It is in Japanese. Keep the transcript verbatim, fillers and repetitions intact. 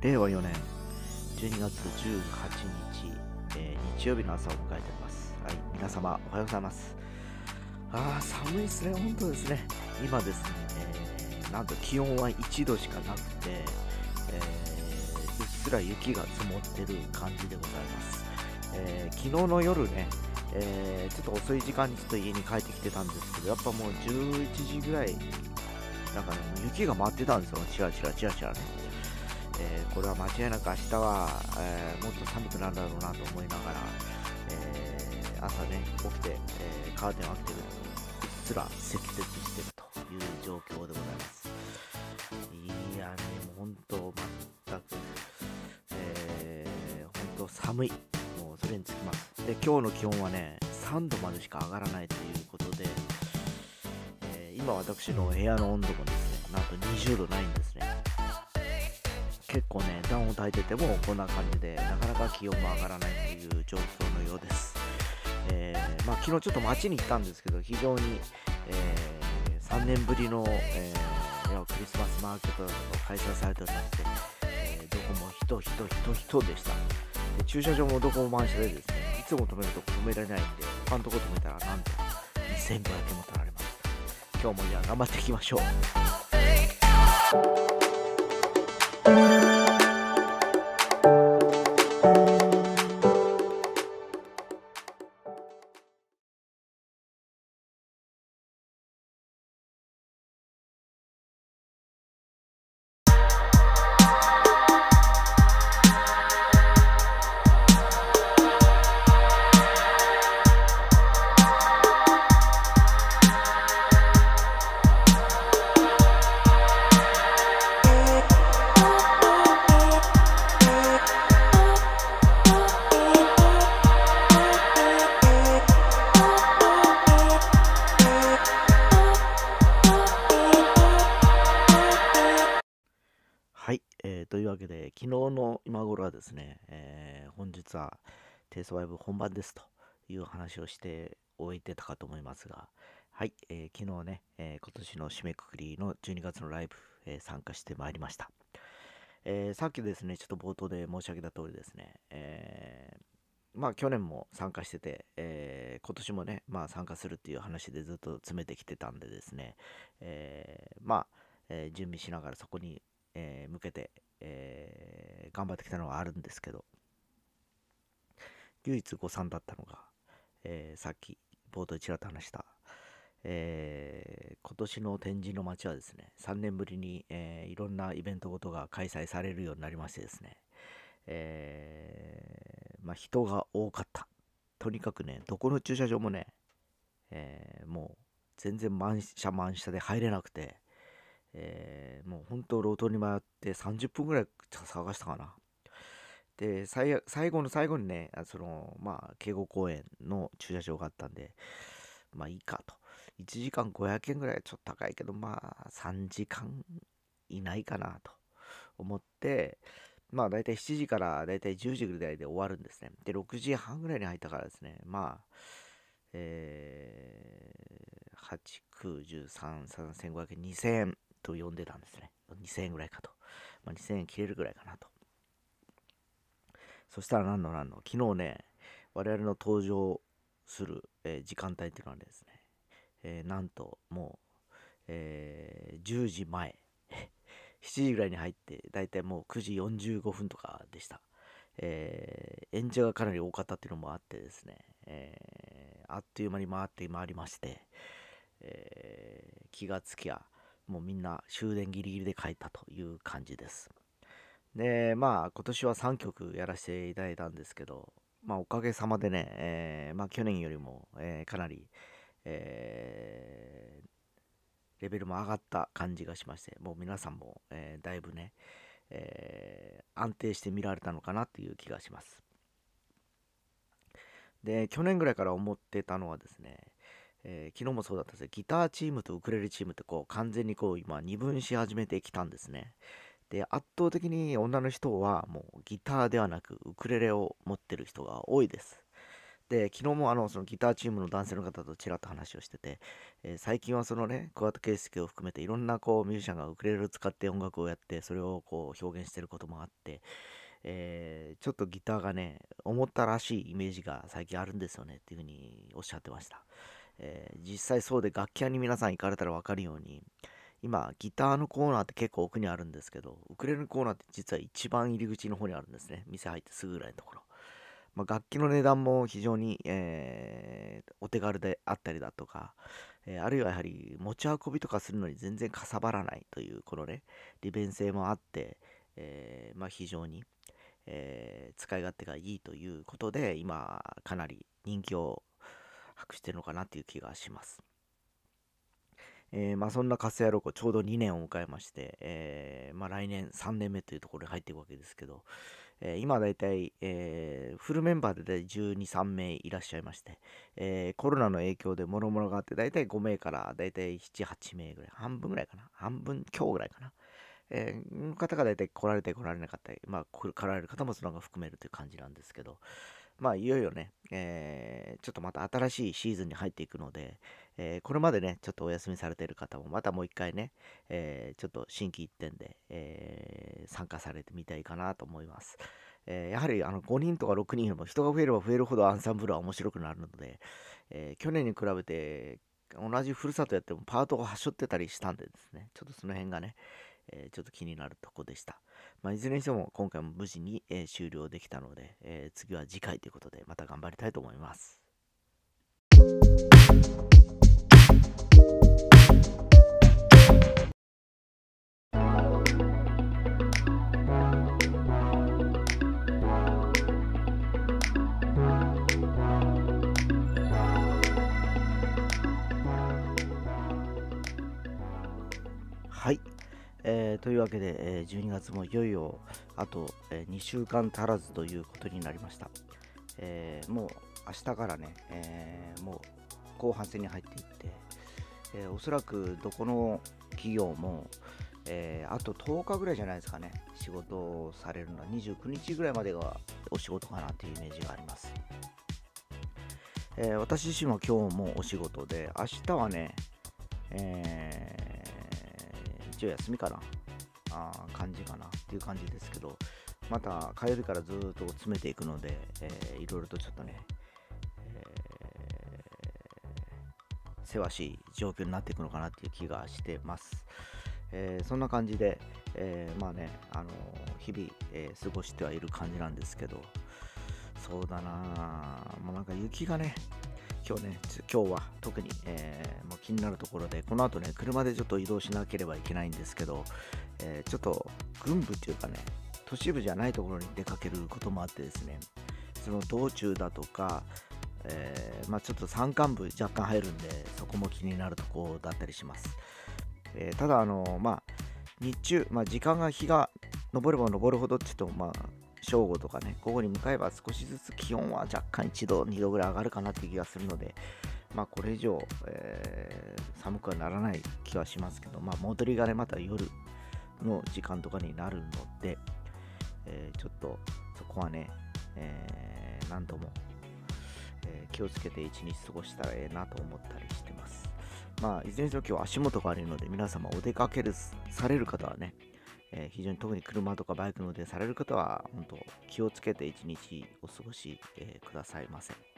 れいわよねんじゅうにがつじゅうはちにち、えー日曜日の朝を迎えております。はい、皆様おはようございます。あー、寒いですね、本当ですね。今ですね、えーなんと気温はいちどしかなくて、えーうっすら雪が積もってる感じでございます。えー昨日の夜ね、えーちょっと遅い時間にちょっと家に帰ってきてたんですけど、やっぱもうじゅういちじぐらい、なんかね、雪が舞ってたんですよ、チラチラチラチラね。えーこれは間違いなく明日は、えーもっと寒くなるだろうなと思いながら、えー朝ね、起きて、えーカーテンを開けてると、うっすら積雪してるという状況でございます。いやね、もう本当、全く、えー、本当寒い。もうそれにつきます。で、今日の気温はね、さんどまでしか上がらないということで、えー今私の部屋の温度もですね、なんとにじゅうどないんですね。結構ね、暖を焚いててもこんな感じで、なかなか気温も上がらないという状況のようです。えーまあ、昨日ちょっと街に行ったんですけど、非常に、えーさんねんぶりの、えーいやクリスマスマーケットなどが開催されておりまして、えーどこも人、人、人、人でした。で駐車場もどこも満車でですね、いつも止めるとこ止められないんで、他のとこ止めたらなんとにせんごひゃくえんも取られました。今日もじゃあ頑張っていきましょう。はい、えーというわけで、昨日の今頃はですね、えー本日はテイストライブ本番ですという話をしておいてたかと思いますが、はい、えー昨日ね、えー今年の締めくくりのじゅうにがつのライブ、えー参加してまいりました。えーさっきですね、ちょっと冒頭で申し上げた通りですね、えーまあ去年も参加してて、えー今年もね、まあ参加するっていう話でずっと詰めてきてたんでですね、えーまあ、えー準備しながらそこに、えー向けて、えー頑張ってきたのはあるんですけど、唯一誤算だったのが、えーさっき冒頭でちらっと話した、えー今年の天神の街はですね、さんねんぶりに、えーいろんなイベントごとが開催されるようになりましてですね、えーまあ、人が多かった。とにかくね、どこの駐車場もね、えーもう全然満車満車で入れなくて、えーもう本当路頭に迷ってさんじゅっぷんぐらい探したかな。で、最最後の最後にね、あその、まあ、京郷公園の駐車場があったんで、まあいいかと。いちじかんごひゃくえんぐらいはちょっと高いけど、まあさんじかん以内かなと思って、まあ大体しちじから大体じゅうじぐらいで終わるんですね。で、ろくじはんぐらいに入ったからですね、まあ、えー、はち、きゅう、じゅう、さん、さんぜんごひゃくえん、にせんえんと呼んでたんですね。にせんえんぐらいかと。まあ、にせんえん切れるぐらいかなと。そしたらなんのなんの、昨日ね、我々の登場する、えー時間帯っていうのはですね、えーなんともう、えーじゅうじまえ、しちじぐらいに入って、だいたいもうくじよんじゅうごふんとかでした。えー演者がかなり多かったっていうのもあってですね、えーあっという間に回って回りまして、えー気がつきゃ、もうみんな終電ギリギリで帰ったという感じです。で、まあ今年はさんきょくやらせていただいたんですけど、まあおかげさまでね、えーまあ去年よりも、えーかなり、えーレベルも上がった感じがしまして、もう皆さんも、えーだいぶね、えー安定して見られたのかなっていう気がします。で、去年ぐらいから思ってたのはですね、えー昨日もそうだったんですけど、ギターチームとウクレレチームってこう完全にこう今二分し始めてきたんですね。で、圧倒的に女の人はもうギターではなくウクレレを持ってる人が多いです。 で、昨日もあのそのギターチームの男性の方とちらっと話をしてて、えー最近はそのね、桑田佳祐を含めていろんなこうミュージシャンがウクレレを使って音楽をやって、それをこう表現してることもあって、えーちょっとギターがね、思ったらしいイメージが最近あるんですよねっていうふうにおっしゃってました。えー実際そうで、楽器屋に皆さん行かれたら分かるように、今、ギターのコーナーって結構奥にあるんですけど、ウクレレのコーナーって実は一番入り口の方にあるんですね。店入ってすぐぐらいのところ。まあ、楽器の値段も非常に、えーお手軽であったりだとか、えーあるいはやはり持ち運びとかするのに全然かさばらないという、このね、利便性もあって、えーまあ、非常に、えー使い勝手がいいということで、今、かなり人気を博してるのかなっていう気がします。えーまあ、そんなカスヤロコちょうどにねんを迎えまして、えーまあ、来年さんねんめというところに入っていくわけですけど、えー今だいたい、えーフルメンバーでだいたいじゅうに、さんめいいらっしゃいまして、えーコロナの影響でもろもろがあってだいたいごめいからだいたいなな、はちめいぐらい、半分ぐらいかな、半分強ぐらいかな、えーの方がだいたい来られて来られなかったり、まあ来来られる方もその中含めるという感じなんですけど、まあいよいよね、えーちょっとまた新しいシーズンに入っていくので、えーこれまでね、ちょっとお休みされている方もまたもう一回ね、えーちょっと心機一転で、えー参加されてみたいかなと思います。えーやはりあのごにんとかろくにんよりも人が増えれば増えるほどアンサンブルは面白くなるので、えー去年に比べて同じふるさとやってもパートがはしょってたりしたんでですね、ちょっとその辺がね、えーちょっと気になるとこでした。まあ、いずれにしても今回も無事に、えー終了できたので、えー次は次回ということでまた頑張りたいと思います。はい。えーというわけで、えーじゅうにがつもいよいよあと、えーにしゅうかん足らずということになりました。えーもう明日からね、えーもう後半戦に入っていって、えーおそらくどこの企業も、えーあととおかぐらいじゃないですかね、仕事をされるのはにじゅうくにちぐらいまでがお仕事かなっていうイメージがあります。えー私自身は今日もお仕事で、明日はね、えー一応休みかなあー感じかなっていう感じですけど、また火曜日からずーっと詰めていくので、えーいろいろとちょっとね、えーせわしい状況になっていくのかなっていう気がしてます。えーそんな感じで、えーまあね、あのー日々、えー過ごしてはいる感じなんですけど、そうだなもうなんか雪がね、今日ね、つ今日は特に、えーもう気になるところで、この後ね、車でちょっと移動しなければいけないんですけど、えーちょっと軍部っていうかね、都市部じゃないところに出かけることもあってですね、その道中だとか、えーまあ、ちょっと山間部若干入るんで、そこも気になるところだったりします。えーただ、あのまあ、日中、まあ、時間が日が昇れば昇るほど、ちょっとまあ、正午とかね、午後に向かえば少しずつ気温は若干いちど、にどぐらい上がるかなっていう気がするので、まあ、これ以上、えー寒くはならない気はしますけど、まあ、戻りがね、また夜の時間とかになるので、えーちょっとそこはね、えー、なんとも、えー気をつけて一日過ごしたらええなと思ったりしてます。まあ、いずれにせよ今日足元が悪いので、皆様お出かけるされる方はね、えー非常に特に車とかバイクの運転される方は、本当気をつけて一日お過ごし、えーくださいませ。